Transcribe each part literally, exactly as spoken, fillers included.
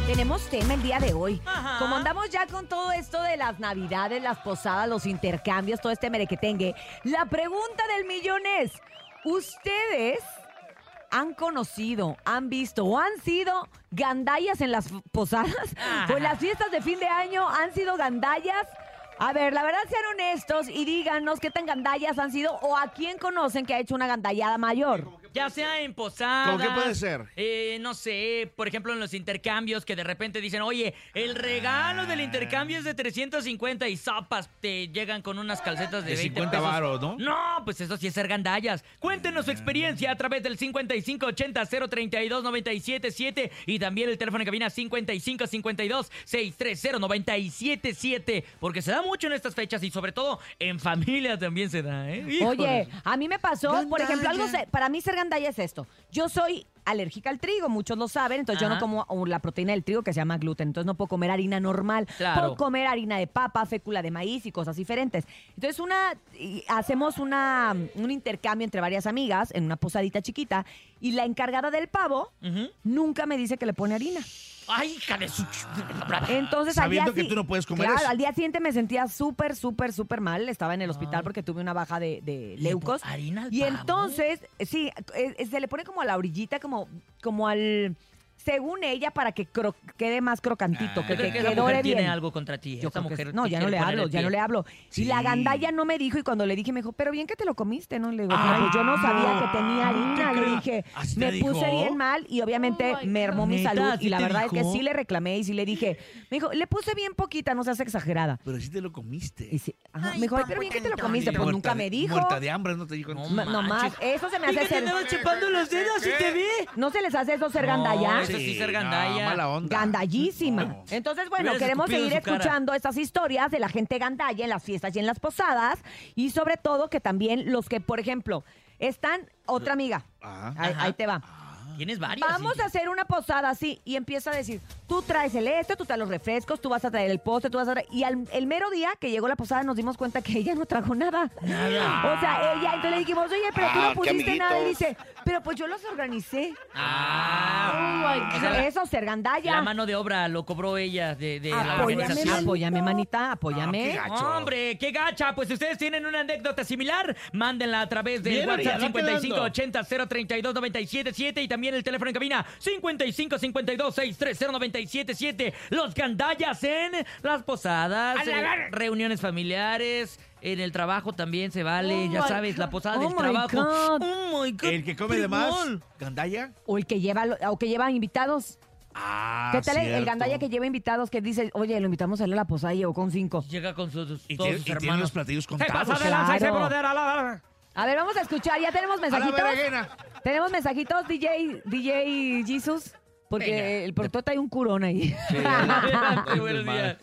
Tenemos tema el día de hoy. Ajá. Como andamos ya con todo esto de las navidades, las posadas, los intercambios, todo este merequetengue, la pregunta del millón es, ¿ustedes han conocido, han visto o han sido gandallas en las posadas? Ajá. ¿O en las fiestas de fin de año han sido gandallas? A ver, la verdad, sean honestos y díganos qué tan gandallas han sido o a quién conocen que ha hecho una gandallada mayor. Ya sea en posadas. ¿Cómo qué puede ser? Eh, no sé, por ejemplo, en los intercambios que de repente dicen, oye, el regalo del intercambio es de trescientos cincuenta y sopas, te llegan con unas calcetas de, De veinte cincuenta pesos. varos, ¿no? No, pues eso sí es ser gandallas. Cuéntenos su experiencia a través del cincuenta y cinco ochenta cero treinta y dos noventa y siete siete y también el teléfono en cabina cincuenta y cinco cincuenta y dos sesenta y tres cero noventa y siete siete, porque se da mucho en estas fechas y sobre todo en familia también se da, ¿eh? Híjole. Oye, a mí me pasó, por ejemplo, algo Gandalla. se- para mí ser gandalla es esto. Yo soy alérgica al trigo, muchos lo saben, entonces yo no Ajá. como uh, la proteína del trigo que se llama gluten, entonces no puedo comer harina normal, Claro. puedo comer harina de papa, fécula de maíz y cosas diferentes. Entonces una y hacemos una un intercambio entre varias amigas en una posadita chiquita y la encargada del pavo Ujú. nunca me dice que le pone harina. Ay, hija de su... Entonces Sabiendo al día que si- tú no puedes comer claro, eso. al día siguiente me sentía súper, súper, súper mal. Estaba en el hospital Ay. porque tuve una baja de, de ¿Le leucos. pon harina al Y pavo? entonces, sí, eh, eh, se le pone como a la orillita, como, como al... Según ella, para que cro- quede más crocantito, Ah. que, Yo creo que, que que esa mujer dore tiene bien. algo contra ti. Yo Esta creo que mujer sí. No, te ya no quiere le poner hablo, el ya no pie. le hablo. Sí. Y la gandalla no me dijo, y cuando le dije, me dijo, pero bien que te lo comiste, ¿no? Le digo, Ay, "Pero yo no sabía no. que tenía harina. Le dije, ¿Así me te puse dijo? bien mal y obviamente Oh my mermó God. mi ¿Neta? salud. ¿Así Y la te verdad es que dijo? sí le reclamé y sí le dije, me dijo, le puse bien poquita, no seas exagerada. Pero sí te lo comiste. Y sí, ajá, Ay, me dijo, "Ay, papá, pero bien que te lo cantante. comiste, pues Muerta nunca de- me dijo. Muerta de hambre, no te dijo. No, Ma- No más, manches. eso se me ¿Y hace que te ser... andaba chupando los dedos y te vi? ¿No se les hace eso ser No, gandalla? eso sí ser gandalla. No, mala onda. Gandallísima. No. Entonces, bueno, Hubieras queremos escupido en seguir su cara. escuchando estas historias de la gente gandalla en las fiestas y en las posadas. Y sobre todo que también los que, por ejemplo, están... Otra amiga. Ah. Ahí, Ajá. ahí te va. Tienes varias. Vamos Cintia. a hacer una posada así y empieza a decir, tú traes el este, tú traes los refrescos, tú vas a traer el postre, tú vas a traer... Y al, el mero día que llegó la posada nos dimos cuenta que ella no trajo nada. Nada. O sea, ella, entonces le dijimos, oye, pero tú Ah, no qué pusiste nada. Y amiguitos. dice, pero pues yo los organicé. Ah. O sea, la- Eso, ser gandalla. La mano de obra lo cobró ella de, de la Apóyame, organización. apóyame, manita, Ah, apóyame. qué gacho. ¡Hombre, qué gacha! Pues si ustedes tienen una anécdota similar, mándenla a través del Bien, WhatsApp Ariel, va cincuenta y cinco quedando. ochenta cero treinta y dos noventa y siete siete y también el teléfono en cabina cincuenta y cinco cincuenta y dos sesenta y tres cero noventa y siete siete. Los gandallas en las posadas, ¡A la eh, gar- reuniones familiares, en el trabajo también se vale, Oh ya my sabes, la God. posada Oh del my trabajo. God. Oh my God, El que come de más, frijol. gandalla. O el que lleva, lo- o que lleva invitados. Ah, ¿Qué tal el- el cierto. gandalla que lleva invitados que dice, oye, lo invitamos a él a la posada y llegó con cinco? Llega con sus, Y, todos tiene- sus y tiene hermanos. los platillos ¡Se contados. pasa de lanza ese Claro. brother! a la- a la- A ver, vamos a escuchar, ya tenemos A la mensajitos. berenjena. Tenemos mensajitos, D J, D J Jesus, porque Venga. el productor trae un curón ahí. Adelante, buenos días.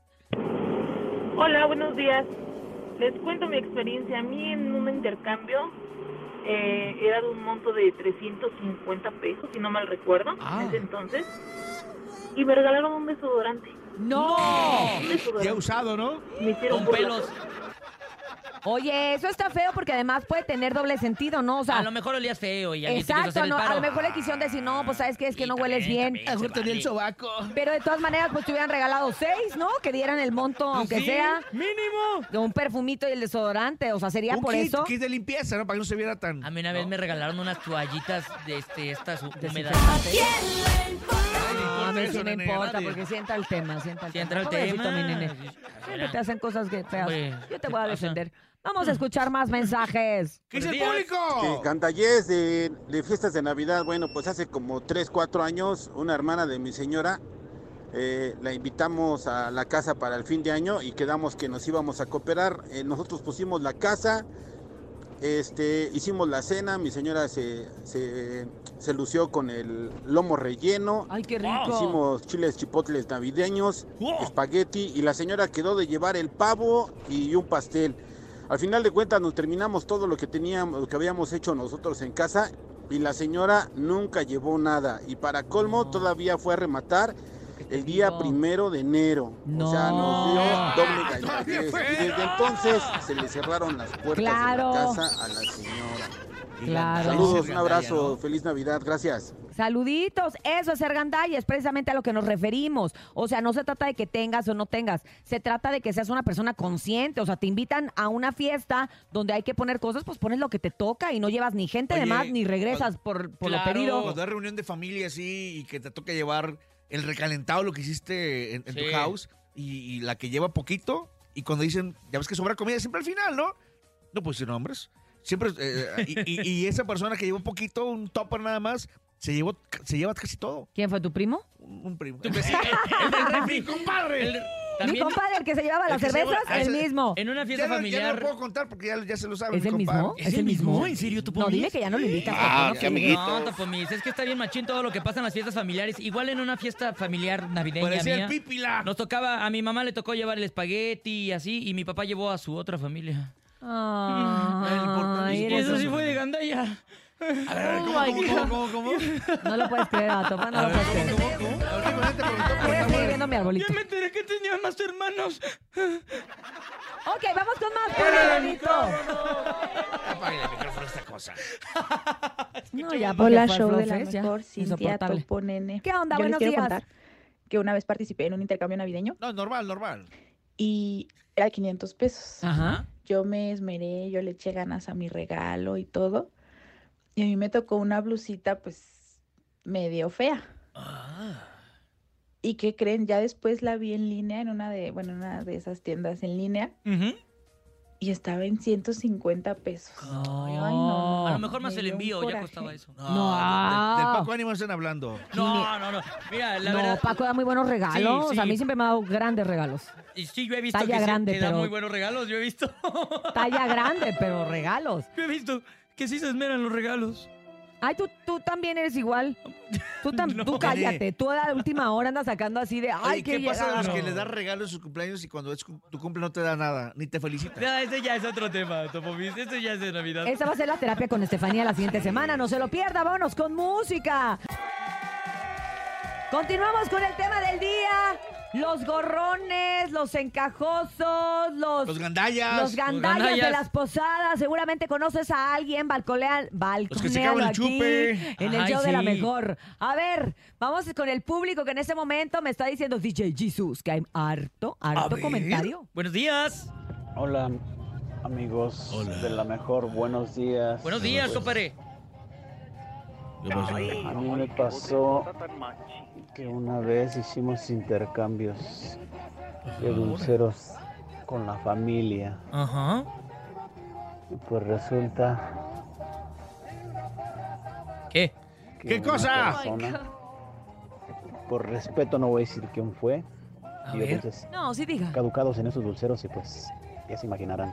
Hola, buenos días. Les cuento mi experiencia. A mí en un intercambio eh, era de un monto de trescientos cincuenta pesos, si no mal recuerdo, Ah. en ese entonces. Y me regalaron un desodorante. ¡No! Un Ya desodorante. usado, ¿no? Me hicieron Con burla. pelos. Oye, eso está feo porque además puede tener doble sentido, ¿no? O sea, A lo mejor olías feo y alguien te quiso hacer exacto, el no, a paro. lo mejor le quisieron decir, no, pues sabes que es que Sí, no hueles también, bien. también. Mejor tenía el vale. sobaco. Pero de todas maneras, pues te hubieran regalado seis, ¿no? Que dieran el monto, aunque Pues Sí, sea mínimo. de un perfumito y el desodorante. O sea, sería Un por kit, eso. kit de limpieza, ¿no? Para que no se viera tan... A mí una vez ¿no? me regalaron unas toallitas de este, estas húmedas. Desinfectante. Ay, No, a mí eso, sí me nene, importa, nadie. porque sienta el tema, sienta el Sí, tema. entra el Pobrecito, tema. mi nene. Siempre te hacen cosas que feas. Hombre, Yo te ¿qué voy a pasa? defender. Vamos a escuchar más mensajes. ¿Qué dice el Buenos días. Sí, público? gandallez de, de fiestas de Navidad. Bueno, pues hace como tres, cuatro años, una hermana de mi señora, eh, la invitamos a la casa para el fin de año y quedamos que nos íbamos a cooperar. Eh, nosotros pusimos la casa, este, hicimos la cena, mi señora se, se, se lució con el lomo relleno. Ay, qué rico. Hicimos chiles chipotles navideños, Wow. espagueti, y la señora quedó de llevar el pavo y un pastel. Al final de cuentas nos terminamos todo lo que teníamos, lo que habíamos hecho nosotros en casa, y la señora nunca llevó nada. Y para colmo No. todavía fue a rematar el día digo? primero de enero. No. O sea, nos dio doble Ah, todavía gallallez. fue. Y desde entonces se le cerraron las puertas Claro. de la casa a la señora. Claro. Saludos, un abrazo, feliz Navidad, gracias. Saluditos, eso es ser gandalla, es precisamente a lo que nos referimos. O sea, no se trata de que tengas o no tengas, se trata de que seas una persona consciente. O sea, te invitan a una fiesta donde hay que poner cosas, pues pones lo que te toca y no llevas ni gente de Oye, más ni regresas por, por claro. lo pedido. Cuando hay reunión de familia así y que te toca llevar el recalentado, lo que hiciste en, en Sí. tu house, y, y la que lleva poquito, y cuando dicen, ya ves que sobra comida, siempre al final, ¿no? No puedo decir nombres. Siempre, eh, y, y- y esa persona que llevó poquito, un topper nada más, se llevó, se lleva casi todo. ¿Quién fue tu primo? Un, un primo. Tu vecino, el del refri. compadre! El- Mi también compadre, el que se llevaba las El que se cervezas, lleva- ah, el ese- mismo. en una Ya fiesta no, ya no familiar. lo puedo contar porque ya, ya se lo sabe. ¿Es mi el mismo? compadre. ¿Es el mismo? ¿En serio, tu No, Pomis? dile que ya no lo invitas. Ah, porque qué no quiere. amiguito. No, Topomis, es que está bien machín todo lo que pasa en las fiestas familiares. Igual en una fiesta familiar navideña Parecía mía, el pípila. nos tocaba, a mi mamá le tocó llevar el espagueti y así, y mi papá llevó a su otra familia. Ay, Y Y eres eso un- sí fue de gandalla. A ver, a ver, ¿cómo, Oh my cómo, cómo, cómo, cómo? No lo puedes creer, vato, no lo puedes creer. ¿Cómo, cómo? A ver, ¿cómo te preguntó? Voy a Pero seguir está viendo mi arbolito. Ya me enteré que tenía más hermanos. Ok, vamos con más. ¡Ponle bonito! Apáguale el micrófono a esta cosa. No, ya, porque Hola, fue show de la Flores, ya, mejor, Cintia, insoportable. Topo, Nene. ¿Qué onda? Yo les Buenos quiero días. contar que una vez participé en un intercambio navideño No, normal, normal. y era quinientos pesos. Ajá. Yo me esmeré, yo le eché ganas a mi regalo y todo. Y a mí me tocó una blusita, pues, medio fea. ¿Y qué creen? Ya después la vi en línea en una de, bueno, una de esas tiendas en línea Ujú. y estaba en ciento cincuenta pesos. Ay, Ay, no, A no, lo mejor más me el dio un envío, ya coraje. costaba eso. No, No. Del, del Paco Ánimo están hablando. No, no, no. Mira, la no, verdad. Paco da muy buenos regalos. Sí, sí. A mí siempre me ha dado grandes regalos. Y sí, yo he visto Talla que sí, grande, te da pero- muy buenos regalos, yo he visto. Talla grande, pero regalos. Yo he visto que sí se esmeran los regalos. Ay, tú, tú también eres igual. Tú, tam- No. tú cállate. Tú a la última hora andas sacando así de, ay, Oye, qué ¿qué pasa a los llegada. que le das regalos en sus cumpleaños y cuando es cu- tu cumple no te da nada, ni te felicita? Ya, ese ya es otro tema, Topomis. Ese ya es de Navidad. Esa va a ser la terapia con Estefanía la siguiente semana. No se lo pierda. Vámonos con música. Continuamos con el tema del día. Los gorrones, los encajosos, los... Los gandallas. Los gandallas gandallas. de las posadas. Seguramente conoces a alguien, balcolea, Los que se acaban el aquí chupe. en el Ay, show de la sí. mejor. A ver, vamos con el público que en este momento me está diciendo D J Jesus, que hay harto, harto ver. comentario. Buenos días. Hola amigos Hola. de la mejor, buenos días. Buenos días, Pues, compadre. ¿Qué pasó? a mí me pasó que una vez hicimos intercambios de dulceros con la familia Ajá. y pues resulta ¿Qué? que ¿Qué una cosa? persona, por respeto no voy a decir quién fue, A dio ver. dulces No, sí diga. caducados en esos dulceros y pues ya se imaginarán,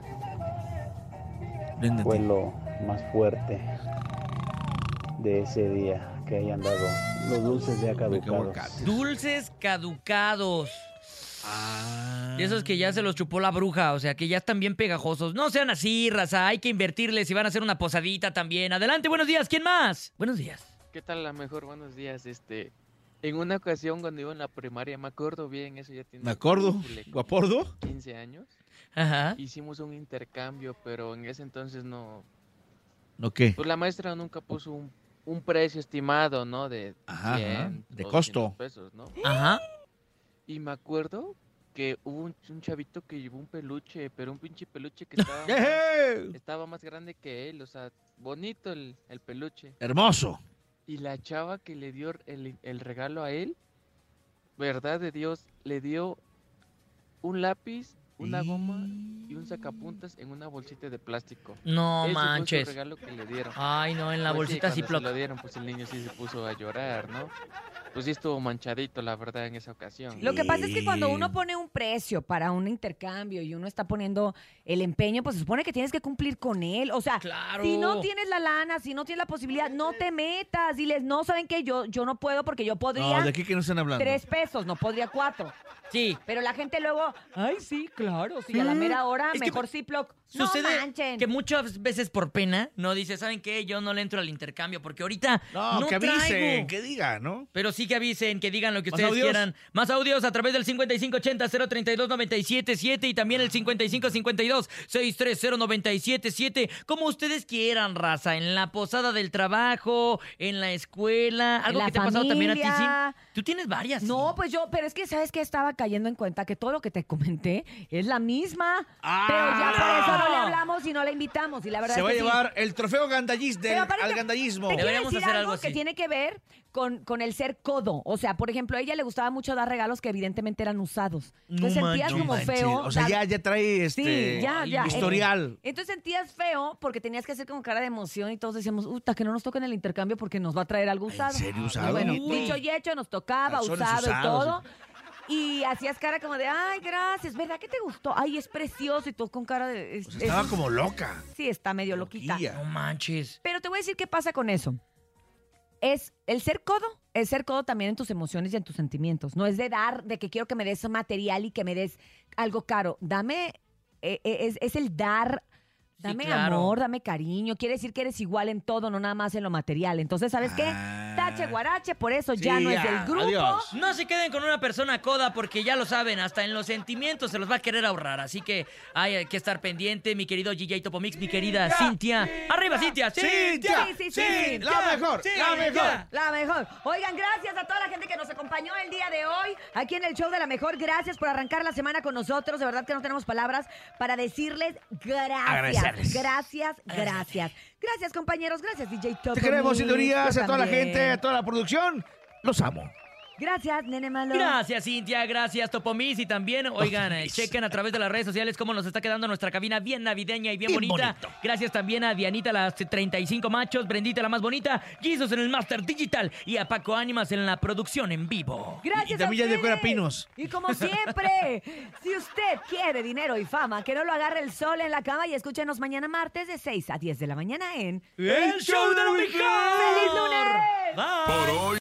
No fue entendí. lo más fuerte de ese día que hayan dado los dulces ya caducados. aguacate. Dulces caducados. Ah. De esos que ya se los chupó la bruja, o sea, que ya están bien pegajosos. No sean así, raza, hay que invertirles y van a hacer una posadita también. Adelante, buenos días, ¿quién más? Buenos días. ¿Qué tal? La mejor, buenos días. Este, en una ocasión cuando iba en la primaria, me acuerdo bien, eso ya tiene ¿Me acuerdo? híjole, como ¿Guapordo? quince años. Ajá. Hicimos un intercambio, pero en ese entonces no, ¿No qué? pues la maestra nunca puso un, un precio estimado, ¿no? De Ajá, ajá, cien, de doscientos costo. pesos, ¿no? Ajá. Y me acuerdo que hubo un, un chavito que llevó un peluche, pero un pinche peluche que estaba, más, ¡Ejé! estaba más grande que él, o sea, bonito el, el peluche. Hermoso. Y la chava que le dio el, el regalo a él, verdad de Dios, le dio un lápiz, una goma y un sacapuntas en una bolsita de plástico. No Ese fue su manches. regalo que le dieron. Ay, no, en la Pues sí, bolsita cuando Ziploc. se lo dieron, pues el niño sí se puso a llorar, ¿no? Pues sí estuvo manchadito, la verdad, en esa ocasión. Lo que pasa es que cuando uno Sí. pone un precio para un intercambio y uno está poniendo el empeño, pues se supone que tienes que cumplir con él. O sea, Claro. si no tienes la lana, si no tienes la posibilidad, no te metas. Diles, no, ¿saben qué? Yo, yo no puedo porque yo podría No, ¿de aquí que no están hablando? tres pesos, no podría cuatro. Sí. Pero la gente luego, ay, sí, claro, sí, a la mera hora, Es que- mejor Ziploc. No Sucede manchen. que muchas veces por pena no dice, ¿saben qué? Yo no le entro al intercambio porque ahorita No, no que avisen, traigo. que digan, ¿no? Pero sí que avisen, que digan lo que ¿Más ustedes audios? quieran. Más audios a través del cincuenta y cinco ochenta, cero treinta y dos, noventa y siete siete y también el cincuenta y cinco cincuenta y dos, sesenta y tres cero, noventa y siete siete. Como ustedes quieran, raza. En la posada del trabajo, en la escuela. Algo la que te ha pasado también a ti, familia. sí. Tú tienes varias. sí. No, pues yo, pero es que ¿sabes qué? Estaba cayendo en cuenta que todo lo que te comenté es la misma. Ah, pero ya por no. eso no le hablamos y no la invitamos. Y la verdad Se es va a que sí. llevar el trofeo gandallis del, Pero aparte, al gandallismo. Te quiero Deberíamos decir hacer algo, algo que así. tiene que ver con, con el ser codo. O sea, por ejemplo, a ella le gustaba mucho dar regalos que evidentemente eran usados. Entonces No sentías manches. como Manches, feo. O sea, dar- ya, ya trae este Sí, ya, ay, ya. historial. Entonces sentías feo porque tenías que hacer como cara de emoción y todos decíamos, uta, que no nos toquen el intercambio porque nos va a traer algo usado. ¿En serio Y usado? bueno, Uy. dicho y hecho, nos tocaba Calzones usado y usados, todo. Y hacías cara como de, ay, gracias, ¿verdad que te gustó? Ay, es precioso. Y tú con cara de... es- O sea, estaba es- como loca. Sí, está medio loquita. Loquilla. No manches. Pero te voy a decir qué pasa con eso. Es el ser codo, es ser codo también en tus emociones y en tus sentimientos. No es de dar, de que quiero que me des material y que me des algo caro. Dame, eh, eh, es, es el dar, Sí, dame claro. amor, dame cariño. Quiere decir que eres igual en todo, no nada más en lo material. Entonces, ¿sabes qué? Ah. Tache guarache, por eso Sí, ya no es ya, del grupo. adiós. No se queden con una persona coda porque ya lo saben, hasta en los sentimientos se los va a querer ahorrar. Así que hay que estar pendiente, mi querido G J Topomix, mi querida Cintia. ¡Arriba, Cintia! ¡Cintia! Sí, sí, Sí, sí. la mejor, la mejor. La mejor. Oigan, gracias a toda la gente que nos acompañó el día de hoy aquí en el show de la mejor. Gracias por arrancar la semana con nosotros. De verdad que no tenemos palabras para decirles gracias. Agradecerles. Gracias, gracias. Gracias, compañeros. Gracias, D J Topo. Te queremos, señorías, Yo a toda la también. gente, a toda la producción. Los amo. Gracias, nene malo. Gracias, Cintia. Gracias, Topomis. Y también, oigan, eh, Topomis. chequen a través de las redes sociales cómo nos está quedando nuestra cabina bien navideña y bien, Bien bonita. bonito. Gracias también a Dianita, las treinta y cinco machos, Brendita, la más bonita, Jesus en el Master Digital y a Paco Ánimas en la producción en vivo. Gracias Y también a ya decora ustedes. pinos. Y como siempre, si usted quiere dinero y fama, que no lo agarre el sol en la cama y escúchenos mañana martes de seis a diez de la mañana en ¡El show de la mejor! ¡Feliz lunes! Bye.